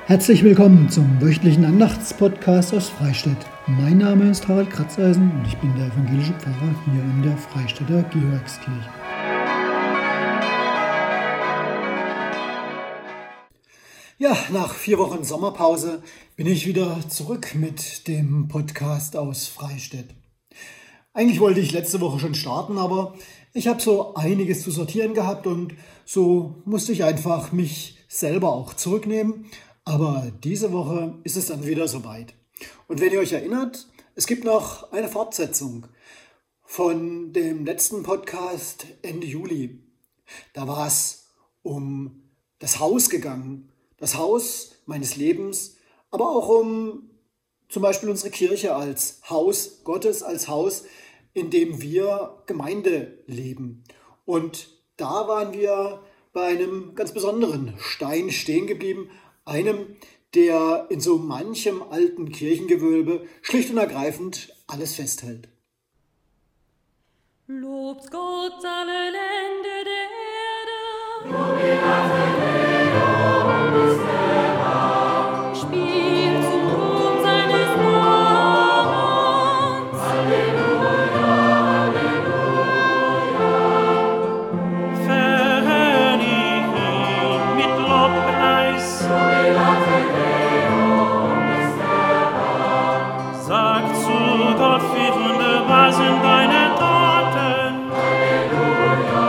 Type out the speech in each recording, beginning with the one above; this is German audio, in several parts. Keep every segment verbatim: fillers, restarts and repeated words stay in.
Herzlich willkommen zum wöchentlichen Andachtspodcast aus Freistädt. Mein Name ist Harald Kratzeisen und ich bin der evangelische Pfarrer hier in der Freistädter Georgskirche. Ja, nach vier Wochen Sommerpause bin ich wieder zurück mit dem Podcast aus Freistädt. Eigentlich wollte ich letzte Woche schon starten, aber ich habe so einiges zu sortieren gehabt und so musste ich einfach mich selber auch zurücknehmen. Aber diese Woche ist es dann wieder soweit. Und wenn ihr euch erinnert, es gibt noch eine Fortsetzung von dem letzten Podcast Ende Juli. Da war es um das Haus gegangen, das Haus meines Lebens, aber auch um zum Beispiel unsere Kirche als Haus Gottes, als Haus, in dem wir Gemeinde leben. Und da waren wir bei einem ganz besonderen Stein stehen geblieben, einem, der in so manchem alten Kirchengewölbe schlicht und ergreifend alles festhält. Lobt Gott alle Länder der Erde. Jubilate Deo, ist der Herr. Spielt zum Ruhm seines Namens. Halleluja, Halleluja. Verherrlich ihn mit Lobpreis. Jubilate Deo, ist der Herr. Sag zu Gott, wie wunderbar sind deine Taten. Halleluja,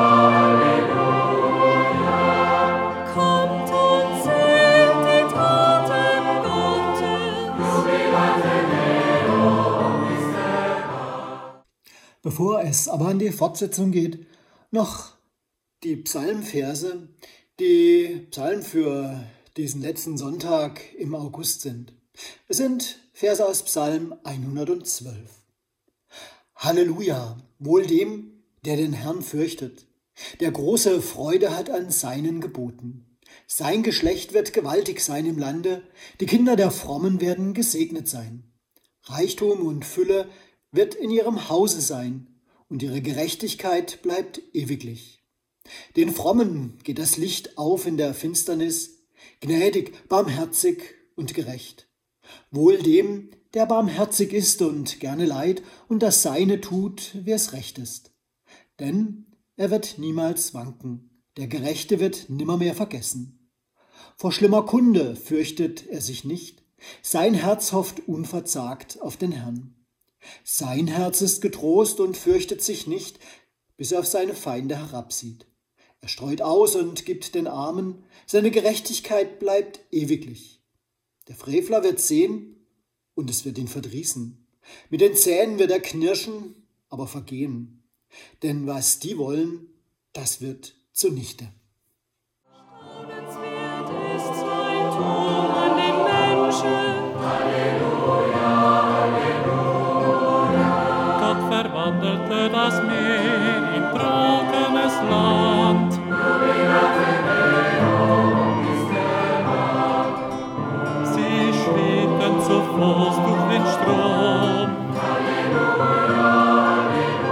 Halleluja. Kommt und seht die Taten Gottes. Jubilate Deo, ist der Herr. Bevor es aber an die Fortsetzung geht, noch die Psalmverse, die Psalmen für diesen letzten Sonntag im August sind. Es sind Verse aus Psalm hundertzwölf. Halleluja, wohl dem, der den Herrn fürchtet, der große Freude hat an seinen Geboten. Sein Geschlecht wird gewaltig sein im Lande, die Kinder der Frommen werden gesegnet sein. Reichtum und Fülle wird in ihrem Hause sein, und ihre Gerechtigkeit bleibt ewiglich. Den Frommen geht das Licht auf in der Finsternis, gnädig, barmherzig und gerecht. Wohl dem, der barmherzig ist und gerne Leid und das Seine tut, wer's recht ist. Denn er wird niemals wanken, der Gerechte wird nimmermehr vergessen. Vor schlimmer Kunde fürchtet er sich nicht, sein Herz hofft unverzagt auf den Herrn. Sein Herz ist getrost und fürchtet sich nicht, bis er auf seine Feinde herabsieht. Er streut aus und gibt den Armen, seine Gerechtigkeit bleibt ewiglich. Der Frevler wird sehen, und es wird ihn verdrießen. Mit den Zähnen wird er knirschen, aber vergehen. Denn was die wollen, das wird zunichte. Staunenswert ist sein Tun an den Menschen. Halleluja, Halleluja. Gott verwandelte das Meer in trockenes Land. Jubilate Deo, ist der Herr. Sie schwebten zu Fuß durch den Strom. Halleluja,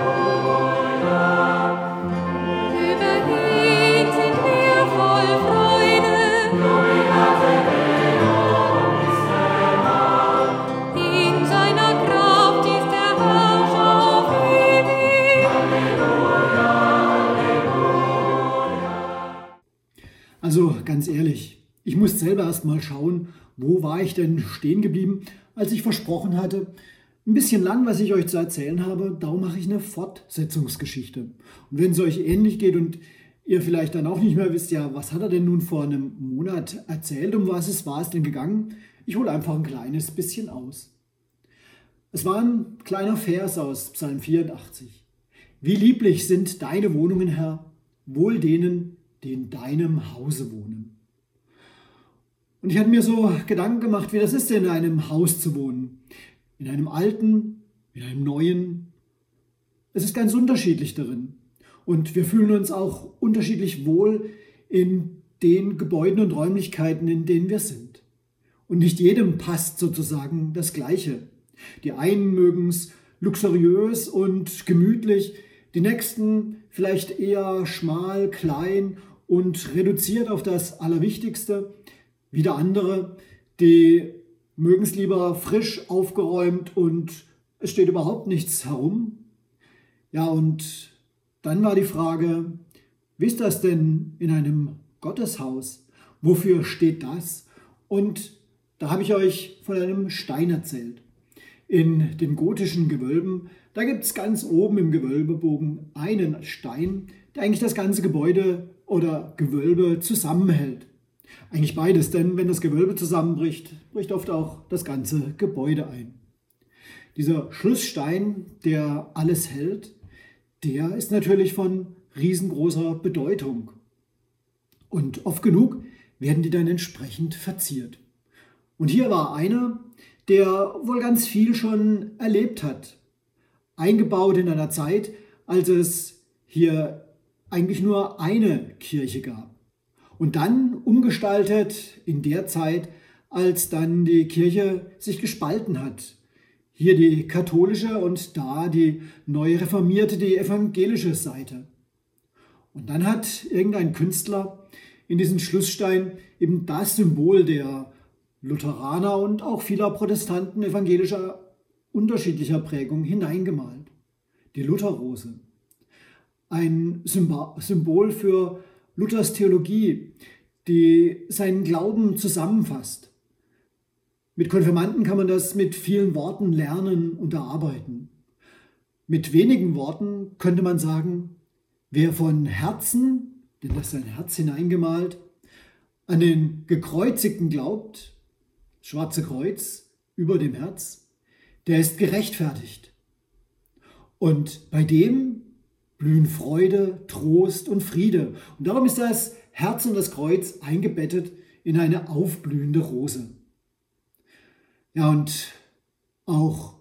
Halleluja. Über ihn sind wir voll Freude. Jubilate Deo, ist der Herr. In seiner Kraft ist der Herrscher auf ewig. Halleluja, Halleluja. Also ganz ehrlich, ich muss selber erst mal schauen, wo war ich denn stehen geblieben, als ich versprochen hatte, ein bisschen lang, was ich euch zu erzählen habe, darum mache ich eine Fortsetzungsgeschichte. Und wenn es euch ähnlich geht und ihr vielleicht dann auch nicht mehr wisst, ja, was hat er denn nun vor einem Monat erzählt, um was es war es denn gegangen, ich hole einfach ein kleines bisschen aus. Es war ein kleiner Vers aus Psalm vierundachtzig. Wie lieblich sind deine Wohnungen, Herr, wohl denen, die in deinem Hause wohnen. Und ich hatte mir so Gedanken gemacht, wie das ist, in einem Haus zu wohnen. In einem alten, in einem neuen. Es ist ganz unterschiedlich darin. Und wir fühlen uns auch unterschiedlich wohl in den Gebäuden und Räumlichkeiten, in denen wir sind. Und nicht jedem passt sozusagen das Gleiche. Die einen mögen es luxuriös und gemütlich, die nächsten vielleicht eher schmal, klein und reduziert auf das Allerwichtigste. Wieder andere Die mögen es lieber frisch aufgeräumt und es steht überhaupt nichts herum. Ja, und dann war die Frage, wie ist das denn in einem Gotteshaus? Wofür steht das? Und da habe ich euch von einem Stein erzählt. In den gotischen Gewölben, da gibt es ganz oben im Gewölbebogen einen Stein, der eigentlich das ganze Gebäude oder Gewölbe zusammenhält. Eigentlich beides, denn wenn das Gewölbe zusammenbricht, bricht oft auch das ganze Gebäude ein. Dieser Schlussstein, der alles hält, der ist natürlich von riesengroßer Bedeutung. Und oft genug werden die dann entsprechend verziert. Und hier war einer, der wohl ganz viel schon erlebt hat. Eingebaut in einer Zeit, als es hier eigentlich nur eine Kirche gab. Und dann umgestaltet in der Zeit, als dann die Kirche sich gespalten hat. Hier die katholische und da die neu reformierte, die evangelische Seite. Und dann hat irgendein Künstler in diesen Schlussstein eben das Symbol der Lutheraner und auch vieler Protestanten evangelischer unterschiedlicher Prägung hineingemalt. Die Lutherrose. Ein Symbol für Luthers Theologie, die seinen Glauben zusammenfasst. Mit Konfirmanden kann man das mit vielen Worten lernen und erarbeiten. Mit wenigen Worten könnte man sagen, wer von Herzen, denn das ist ein Herz hineingemalt, an den Gekreuzigten glaubt, das schwarze Kreuz über dem Herz, der ist gerechtfertigt. Und bei dem blühen Freude, Trost und Friede. Und darum ist das Herz und das Kreuz eingebettet in eine aufblühende Rose. Ja, und auch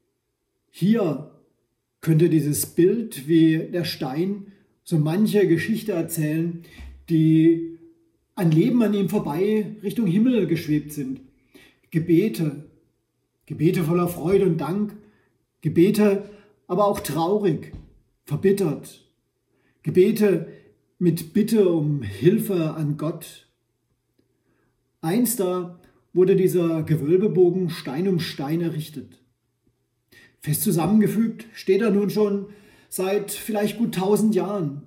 hier könnte dieses Bild wie der Stein so manche Geschichte erzählen, die an Leben an ihm vorbei Richtung Himmel geschwebt sind. Gebete, Gebete voller Freude und Dank, Gebete aber auch traurig, verbittert, Gebete mit Bitte um Hilfe an Gott. Einst da wurde dieser Gewölbebogen Stein um Stein errichtet. Fest zusammengefügt steht er nun schon seit vielleicht gut tausend Jahren.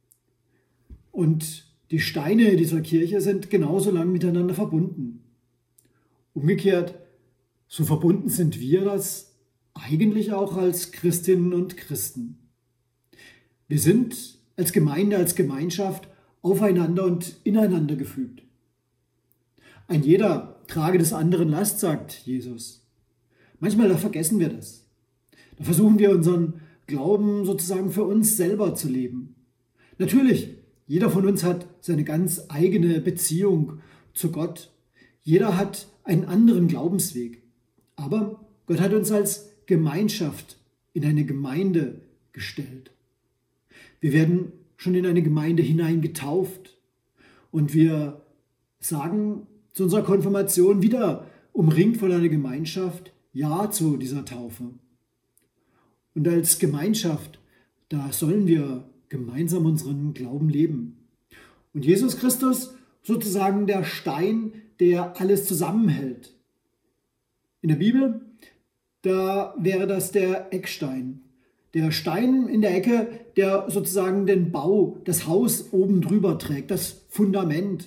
Und die Steine dieser Kirche sind genauso lang miteinander verbunden. Umgekehrt, so verbunden sind wir das eigentlich auch als Christinnen und Christen. Wir sind als Gemeinde, als Gemeinschaft aufeinander und ineinander gefügt. Ein jeder trage des anderen Last, sagt Jesus. Manchmal da vergessen wir das. Da versuchen wir unseren Glauben sozusagen für uns selber zu leben. Natürlich, jeder von uns hat seine ganz eigene Beziehung zu Gott. Jeder hat einen anderen Glaubensweg. Aber Gott hat uns als Gemeinschaft in eine Gemeinde gestellt. Wir werden schon in eine Gemeinde hineingetauft und wir sagen zu unserer Konfirmation wieder umringt von einer Gemeinschaft Ja zu dieser Taufe. Und als Gemeinschaft, da sollen wir gemeinsam unseren Glauben leben. Und Jesus Christus sozusagen der Stein, der alles zusammenhält. In der Bibel, da wäre das der Eckstein. Der Stein in der Ecke, der sozusagen den Bau, das Haus oben drüber trägt, das Fundament.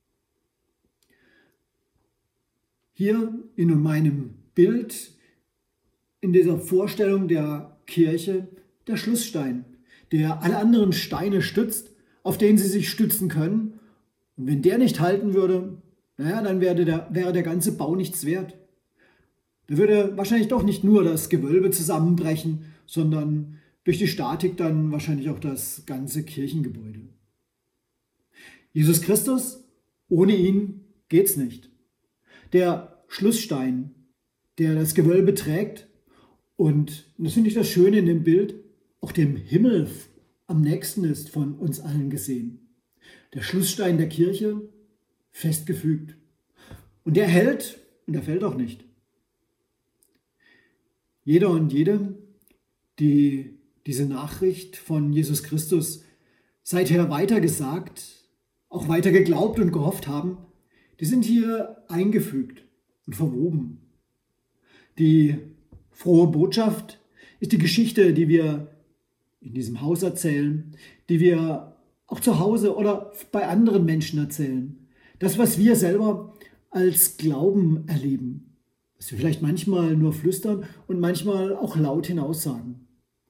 Hier in meinem Bild, in dieser Vorstellung der Kirche, der Schlussstein, der alle anderen Steine stützt, auf den sie sich stützen können. Und wenn der nicht halten würde, naja, dann wäre der, wäre der ganze Bau nichts wert. Da würde wahrscheinlich doch nicht nur das Gewölbe zusammenbrechen, sondern durch die Statik dann wahrscheinlich auch das ganze Kirchengebäude. Jesus Christus, ohne ihn geht's nicht. Der Schlussstein, der das Gewölbe trägt und, das finde ich das Schöne in dem Bild, auch dem Himmel am nächsten ist von uns allen gesehen. Der Schlussstein der Kirche, festgefügt. Und der hält und der fällt auch nicht. Jeder und jede, die diese Nachricht von Jesus Christus seither weitergesagt, auch weiter geglaubt und gehofft haben, die sind hier eingefügt und verwoben. Die frohe Botschaft ist die Geschichte, die wir in diesem Haus erzählen, die wir auch zu Hause oder bei anderen Menschen erzählen. Das, was wir selber als Glauben erleben, was wir vielleicht manchmal nur flüstern und manchmal auch laut hinaussagen.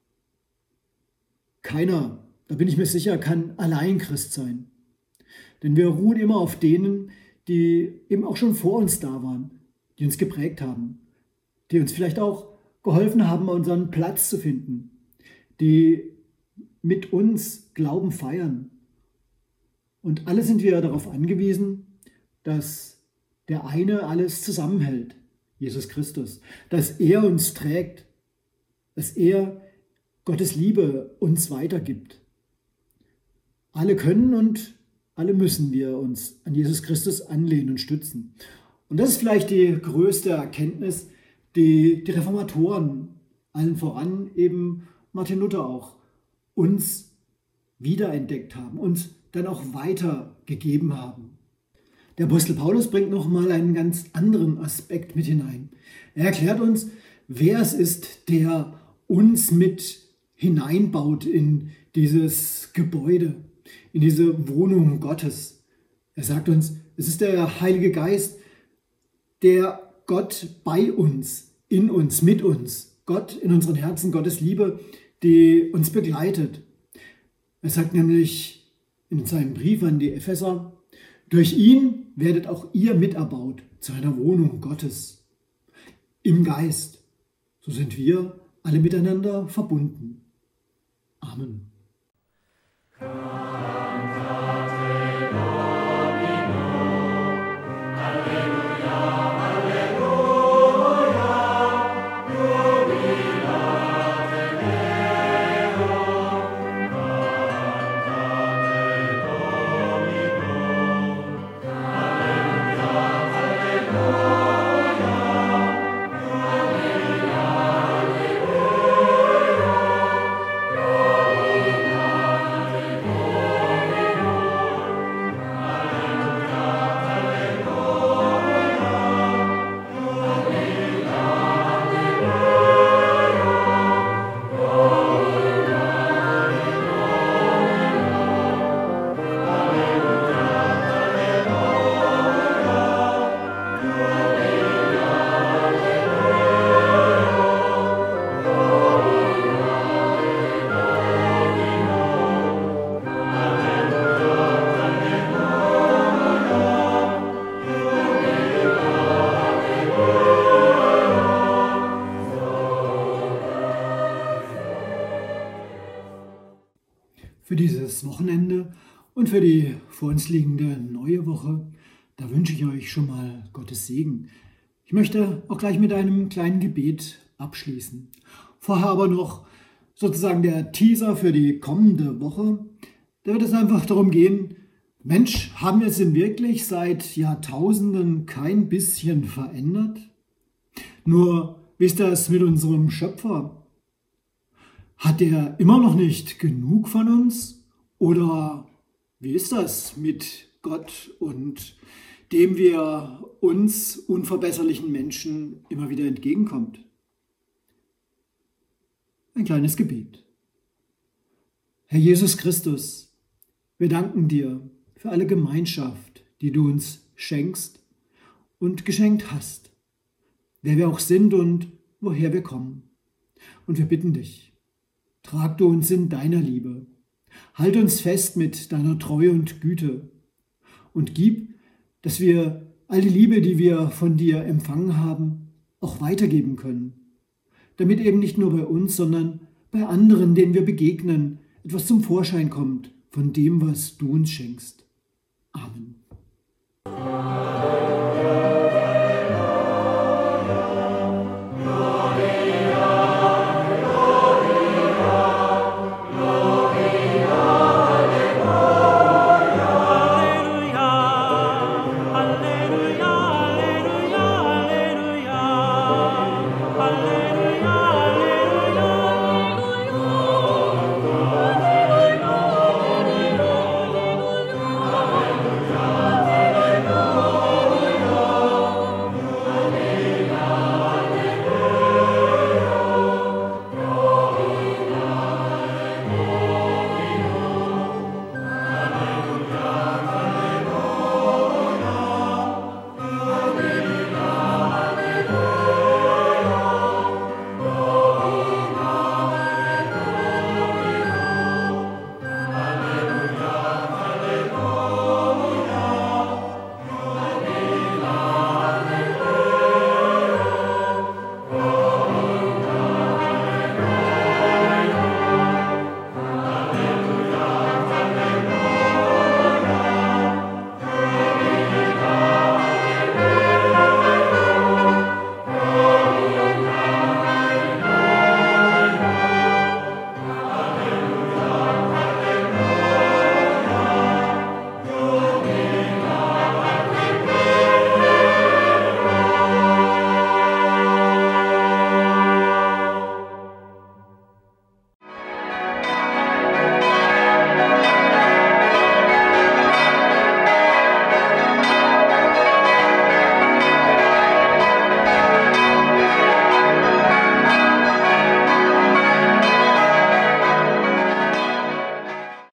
Keiner, da bin ich mir sicher, kann allein Christ sein. Denn wir ruhen immer auf denen, die eben auch schon vor uns da waren, die uns geprägt haben, die uns vielleicht auch geholfen haben, unseren Platz zu finden, die mit uns Glauben feiern. Und alle sind wir darauf angewiesen, dass der eine alles zusammenhält, Jesus Christus, dass er uns trägt, dass er Gottes Liebe uns weitergibt. Alle können und alle müssen wir uns an Jesus Christus anlehnen und stützen. Und das ist vielleicht die größte Erkenntnis, die die Reformatoren, allen voran eben Martin Luther auch, uns wiederentdeckt haben, uns dann auch weitergegeben haben. Der Apostel Paulus bringt nochmal einen ganz anderen Aspekt mit hinein. Er erklärt uns, wer es ist, der uns mit hineinbaut in dieses Gebäude, in diese Wohnung Gottes. Er sagt uns, es ist der Heilige Geist, der Gott bei uns, in uns, mit uns, Gott in unseren Herzen, Gottes Liebe, die uns begleitet. Er sagt nämlich in seinem Brief an die Epheser, durch ihn werdet auch ihr miterbaut zu einer Wohnung Gottes im Geist. So sind wir alle miteinander verbunden. Amen. Für dieses Wochenende und für die vor uns liegende neue Woche, da wünsche ich euch schon mal Gottes Segen. Ich möchte auch gleich mit einem kleinen Gebet abschließen. Vorher aber noch sozusagen der Teaser für die kommende Woche. Da wird es einfach darum gehen, Mensch, haben wir es denn wirklich seit Jahrtausenden kein bisschen verändert? Nur, wie ist das mit unserem Schöpfer? Hat er immer noch nicht genug von uns? Oder wie ist das mit Gott und dem wir uns unverbesserlichen Menschen immer wieder entgegenkommt? Ein kleines Gebet. Herr Jesus Christus, wir danken dir für alle Gemeinschaft, die du uns schenkst und geschenkt hast, wer wir auch sind und woher wir kommen. Und wir bitten dich, trag du uns in deiner Liebe, halt uns fest mit deiner Treue und Güte und gib, dass wir all die Liebe, die wir von dir empfangen haben, auch weitergeben können, damit eben nicht nur bei uns, sondern bei anderen, denen wir begegnen, etwas zum Vorschein kommt von dem, was du uns schenkst. Amen.